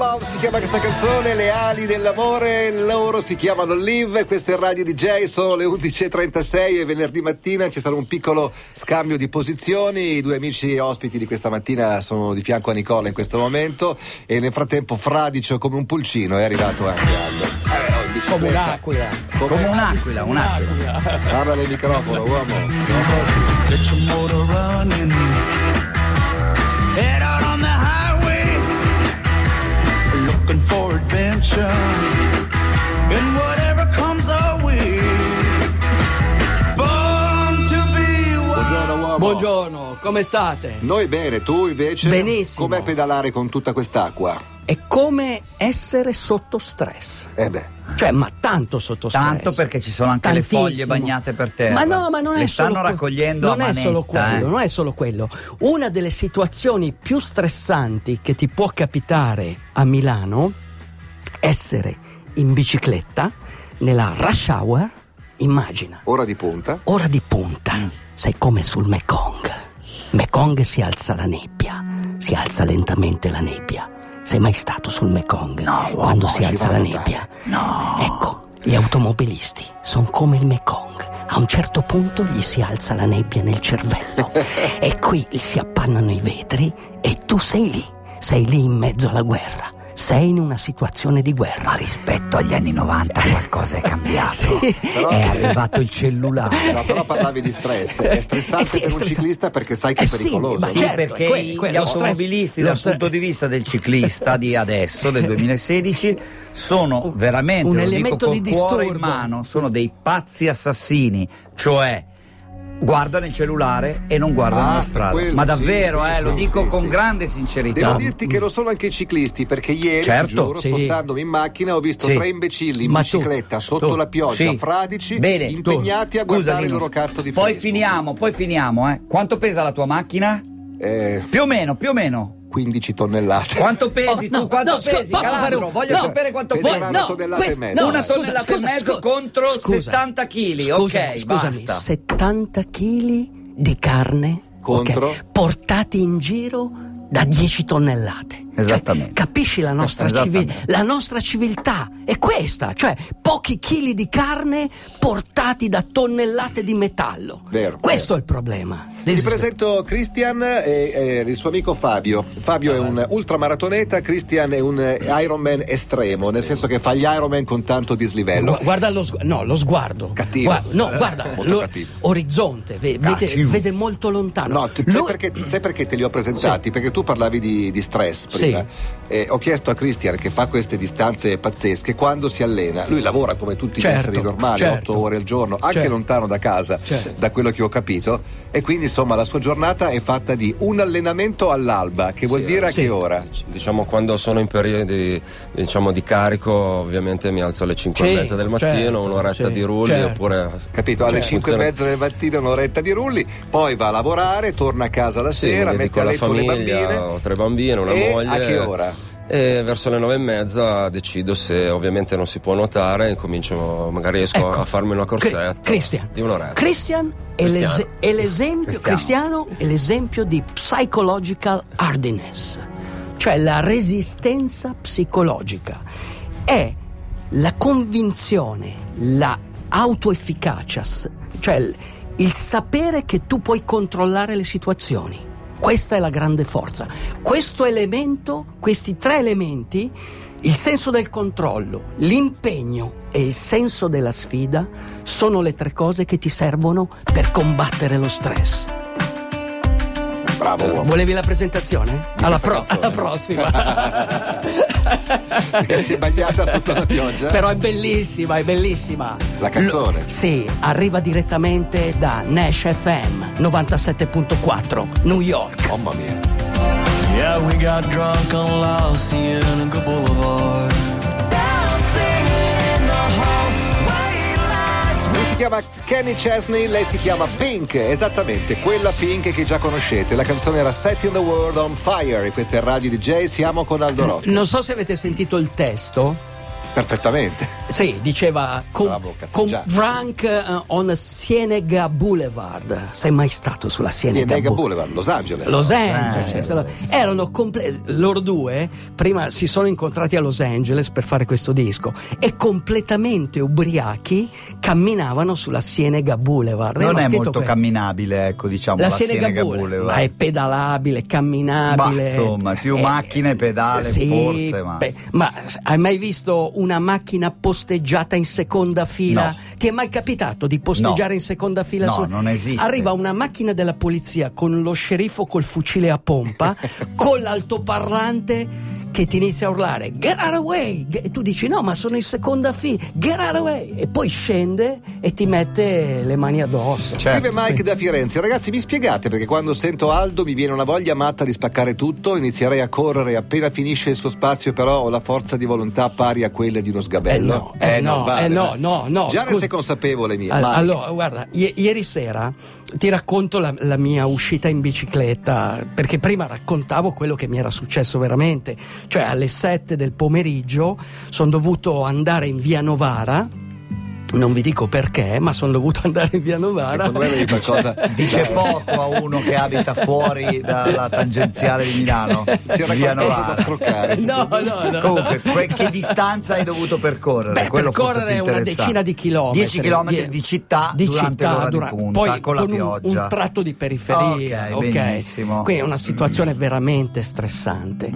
Love si chiama questa canzone, Le ali dell'amore, loro si chiamano Live, questa è Radio DJ, sono le 11.36 e venerdì mattina c'è stato un piccolo scambio di posizioni, i due amici ospiti di questa mattina sono di fianco a Nicola in questo momento e nel frattempo fradicio come un pulcino è arrivato anche Aldo. Come un'aquila. Come un'aquila. Parla nel microfono, uomo. Get your motor running. Head out on the highway, looking for adventure, and whatever comes our way. Born to be wild. Buongiorno uomo. Buongiorno, come state? Noi bene, tu invece? Benissimo. Com'è pedalare con tutta quest'acqua? È come essere sotto stress. Cioè, ma tanto sotto stress. Tanto perché ci sono anche Tantissimo. le foglie bagnate per terra. Ma no, ma non le è stanno solo raccogliendo non a è manetta, solo quello, non è solo quello. Una delle situazioni più stressanti che ti può capitare a Milano essere in bicicletta nella rush hour, immagina. Ora di punta. Sei come sul Mekong si alza la nebbia, si alza lentamente la nebbia. Sei mai stato sul Mekong? No, quando si alza la nebbia? No. Ecco, gli automobilisti sono come il Mekong. A un certo punto gli si alza la nebbia nel cervello e qui si appannano i vetri e tu sei lì in mezzo alla guerra. Sei in una situazione di guerra. Ma rispetto agli anni 90 qualcosa è cambiato. Sì. È arrivato il cellulare. No, però parlavi di stress. È stressante per un ciclista perché sai che è pericoloso. sì, certo, perché quello gli automobilisti dal punto di vista del ciclista di adesso, del 2016, sono veramente, un lo dico elemento col di cuore in disturbo. mano, sono dei pazzi assassini, cioè guardano il cellulare e non guardano la strada. quello, Ma davvero, sì, lo sì, dico sì, con sì. grande sincerità. Devo dirti che lo sono anche i ciclisti, perché ieri, Certo, ti giuro, sì. spostandomi in macchina ho visto Sì. 3 imbecilli in Ma tu- bicicletta sotto la pioggia, Sì. fradici, Bene, impegnati a guardare il Linus, loro cazzo di poi Facebook. finiamo. Quanto pesa la tua macchina? Più o meno. 15 tonnellate. Quanto pesi tu? Quanto pesi? posso fare Calandro? Voglio sapere quanto pesa pesi. una tonnellata e mezza. Una tonnellata e mezzo contro 70 kg. Ok, scusami, basta. 70 kg di carne Contro? ok, portati in giro da 10 tonnellate. Esattamente. Cioè, capisci la nostra, Esattamente. la nostra civiltà? È questa, cioè pochi chili di carne portati da tonnellate di metallo. Vero, Questo è il problema. Ti presento Christian e il suo amico Fabio. Fabio è un ultramaratoneta, Christian è un Ironman estremo, nel senso che fa gli Ironman con tanto dislivello. Guarda lo sguardo. Cattivo. Guarda, Molto cattivo. orizzonte, vede molto lontano. No, sai perché te li ho presentati? Sì. Perché tu parlavi di stress prima. Ho chiesto a Christian, che fa queste distanze pazzesche, quando si allena. Lui lavora come tutti gli esseri normali, 8 ore al giorno, anche lontano da casa, da quello che ho capito. E quindi insomma la sua giornata è fatta di un allenamento all'alba, che vuol dire a che ora? Diciamo quando sono in periodi di carico, ovviamente mi alzo alle 5:30 del mattino, un'oretta di rulli oppure. Capito? Alle 5:30 del mattino un'oretta di rulli, poi va a lavorare, torna a casa la sera, mette a letto le bambine. Ho 3 bambine, una moglie. A che ora? E verso le 9:30 decido, se ovviamente non si può nuotare, magari riesco a farmi una corsetta di un'oretta. Cristiano è l'esempio di psychological hardiness, cioè la resistenza psicologica. È la convinzione, la autoefficacia, cioè il sapere che tu puoi controllare le situazioni. Questa è la grande forza. Questo elemento, questi 3 elementi, il senso del controllo, l'impegno e il senso della sfida, sono le 3 cose che ti servono per combattere lo stress. Bravo uomo. Volevi la presentazione? Alla prossima. Perché si è bagnata sotto la pioggia. Però è bellissima. La canzone? Sì, arriva direttamente da Nash FM 97.4 New York. Mamma mia. Yeah, we got drunk on La Cienega Boulevard. Lui si chiama Kenny Chesney, lei si chiama Pink, esattamente, quella Pink che già conoscete. La canzone era Setting the World on Fire e questa è Radio DJ, siamo con Aldo Rocco. Non so se avete sentito il testo, Perfettamente. Sì, diceva con drunk on Cienega Boulevard. Sei mai stato sulla Cienega Boulevard? Los Angeles. Erano loro due prima si sono incontrati a Los Angeles per fare questo disco e completamente ubriachi camminavano sulla Cienega Boulevard. Non è molto camminabile, ecco, diciamo, la Cienega Boulevard. Ma è pedalabile, camminabile. Insomma, più macchine, pedale, sì, forse. Ma hai mai visto una macchina posteggiata in seconda fila? No. Ti è mai capitato di posteggiare in seconda fila? No, non esiste. Arriva una macchina della polizia con lo sceriffo col fucile a pompa, con l'altoparlante che ti inizia a urlare "Get out of the way!" e tu dici "No, ma sono in seconda fila, get out of the way!" e poi scende e ti mette le mani addosso. Scrive Mike da Firenze: ragazzi, mi spiegate perché quando sento Aldo mi viene una voglia matta di spaccare tutto, inizierei a correre appena finisce il suo spazio, però ho la forza di volontà pari a quella di uno sgabello. No. Già ne sei consapevole, mia. Allora, guarda, ieri sera ti racconto la mia uscita in bicicletta, perché prima raccontavo quello che mi era successo veramente. Cioè alle 7 del pomeriggio sono dovuto andare in via Novara, non vi dico perché, ma sono dovuto andare in via Novara. Secondo me avevi qualcosa. Dice poco a uno che abita fuori dalla tangenziale di Milano. C'era via Novara da scroccare. No. Comunque, che distanza hai dovuto percorrere? Quello percorrere una decina di chilometri. 10 chilometri di città durante l'ora di punta, poi con la pioggia. Un tratto di periferia. Ok, benissimo. Quindi è una situazione veramente stressante.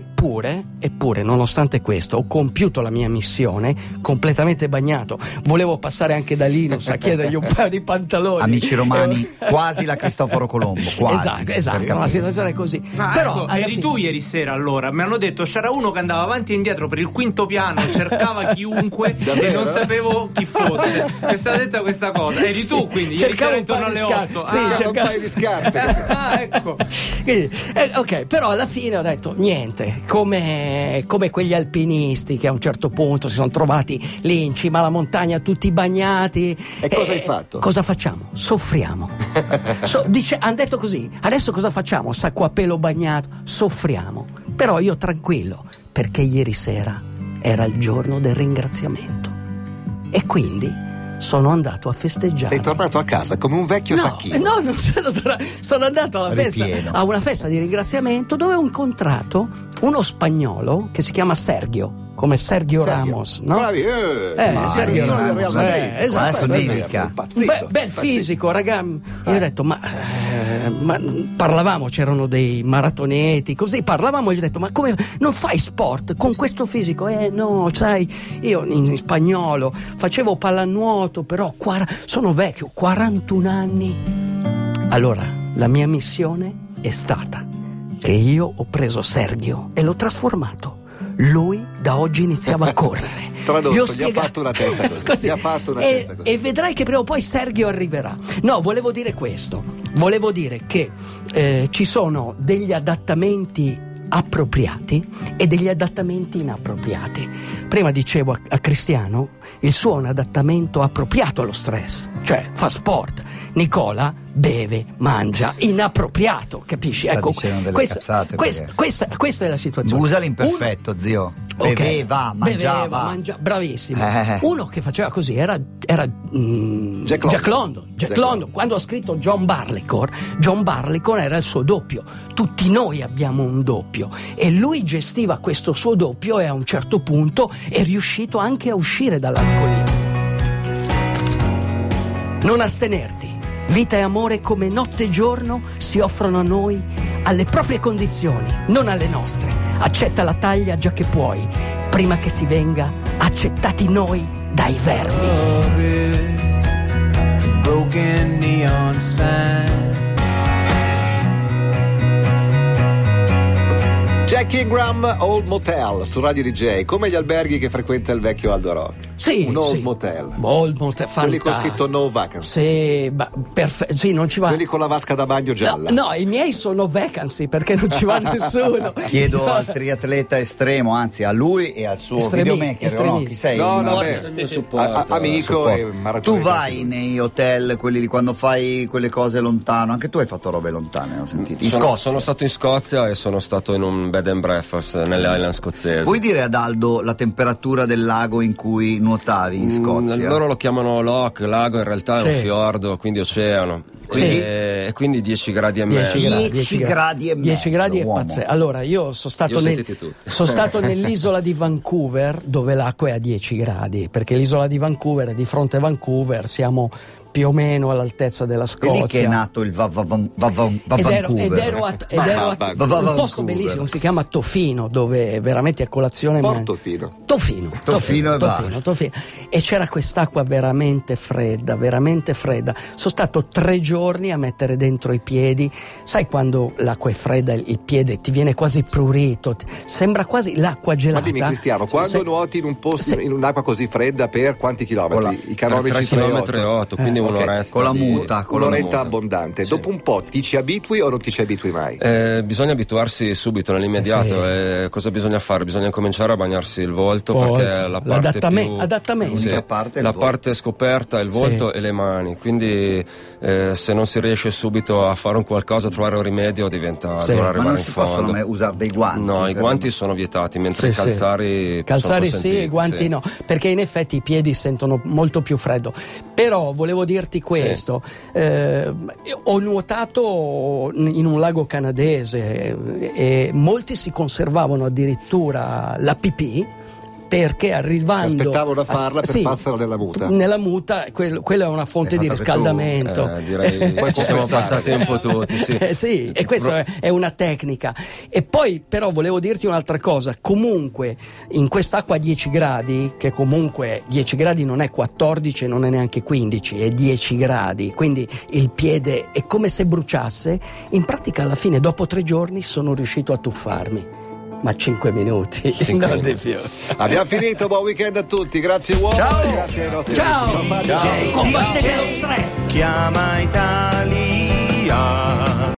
Eppure, nonostante questo, ho compiuto la mia missione completamente bagnato. Volevo passare anche da Linus a chiedergli un paio di pantaloni. Amici romani, quasi la Cristoforo Colombo, quasi. Esatto, una situazione così. Però eri tu ieri sera, allora mi hanno detto c'era uno che andava avanti e indietro per il quinto piano, cercava chiunque e non sapevo chi fosse. Mi è stata detta questa cosa. Eri tu, quindi ieri sera intorno alle 8. Sì, cercavo un paio di scarpe. Ecco. Quindi, ok, però alla fine ho detto niente, come quegli alpinisti che a un certo punto si sono trovati lì in cima alla montagna tutti bagnati. E cosa hai fatto? Cosa facciamo? Soffriamo. Hanno detto così: adesso cosa facciamo? Sacco a pelo bagnato, soffriamo. Però io tranquillo, perché ieri sera era il giorno del ringraziamento e quindi sono andato a festeggiare. Sei tornato a casa come un vecchio tacchino. No, non sono andato alla festa, a una festa di ringraziamento dove ho incontrato uno spagnolo che si chiama Sergio, come Sergio Ramos, no? Bravi, Sergio Ramos, esatto, bel fisico, raga. Io ho detto, ma parlavamo, c'erano dei maratoneti, così parlavamo, gli ho detto, ma come non fai sport con questo fisico? No, sai, io in spagnolo facevo pallanuoto, però sono vecchio, 41 anni. Allora, la mia missione è stata che io ho preso Sergio e l'ho trasformato. Lui da oggi iniziava a correre. Tradotto, gli ha fatto una testa così. E vedrai che prima o poi Sergio arriverà. No, volevo dire questo. Volevo dire che ci sono degli adattamenti appropriati e degli adattamenti inappropriati. Prima dicevo a Cristiano, il suo è un adattamento appropriato allo stress, cioè fa sport. Nicola beve, mangia, inappropriato, capisci? Ecco, questa è la situazione. Usa l'imperfetto, zio. Beveva, mangiava. Bravissimo. Uno che faceva così era Jack London. Quando ha scritto John Barleycorn era il suo doppio. Tutti noi abbiamo un doppio e lui gestiva questo suo doppio e a un certo punto è riuscito anche a uscire dall'alcolismo. Non astenerti. Vita e amore come notte e giorno si offrono a noi alle proprie condizioni, non alle nostre. Accetta la taglia già che puoi, prima che si venga accettati noi dai vermi. Broken neon sign. Jackie Ingram, Old Motel su Radio DJ, come gli alberghi che frequenta il vecchio Aldo Rock. Sì, un old sì. motel. Old motel, Quelli con fantastico. scritto no vacancy. Sì, sì, non ci va. Quelli con la vasca da bagno gialla. No, i miei sono vacancy perché non ci va nessuno. Chiedo al triatleta estremo, anzi a lui e al suo videomaker, no? Chi sei? No, amico supporto. e maratona. Tu vai nei hotel, quelli lì, quando fai quelle cose lontano, anche tu hai fatto robe lontane, ho sentito. In Scozia. Sono stato in Scozia e sono stato in un bed and breakfast nelle Island scozzesi. Puoi dire ad Aldo la temperatura del lago in cui nuotavi in Scozia? Loro lo chiamano loch, lago in realtà è un fiordo, quindi oceano. E quindi 10 gradi e mezzo. 10 gradi e mezzo. 10 gradi è pazzesco. Allora, io sono stato nell'isola di Vancouver, dove l'acqua è a 10 gradi, perché l'isola di Vancouver è di fronte a Vancouver, siamo più o meno all'altezza della Scozia. È lì che è nato il Vancouver. Ed ero a un posto bellissimo, si chiama Tofino, dove veramente a colazione Tofino e c'era quest'acqua veramente fredda. Sono stato 3 giorni a mettere dentro i piedi. Sai quando l'acqua è fredda, il piede ti viene quasi prurito, sembra quasi l'acqua gelata. Ma dimmi, Cristiano, quando nuoti in un posto in un'acqua così fredda, per quanti chilometri? I canonici 3,8 km, quindi un'oretta. Con la muta. Un'oretta abbondante. Sì. Dopo un po' ti ci abitui o non ti ci abitui mai? Bisogna abituarsi subito, nell'immediato. Cosa bisogna fare? Bisogna cominciare a bagnarsi il volto, perché è la parte adattamento. Sì, la parte scoperta è il volto e le mani, quindi se non si riesce subito a fare un qualcosa, a trovare un rimedio, diventa dovrà arrivare ma non in si fondo. possono mai usare dei guanti? No, i guanti sono vietati, mentre i calzari sì, i guanti no, perché in effetti i piedi sentono molto più freddo. Però volevo dirti questo, ho nuotato in un lago canadese e molti si conservavano addirittura la pipì, perché arrivando aspettavano a farla per farsela nella muta. Quella è una fonte di riscaldamento. Direi poi ci siamo passati un po' tutti. Sì, e questa è una tecnica. E poi però volevo dirti un'altra cosa. Comunque in quest'acqua a 10 gradi, che comunque 10 gradi non è 14, non è neanche 15, è 10 gradi, quindi il piede è come se bruciasse. In pratica alla fine, dopo 3 giorni, sono riuscito a tuffarmi. Ma 5 minuti, non di più. Abbiamo finito, buon weekend a tutti, grazie uomo. Ciao. Grazie ai nostri ciao. amici. Ciao. Combattete lo stress. Chiama Italia.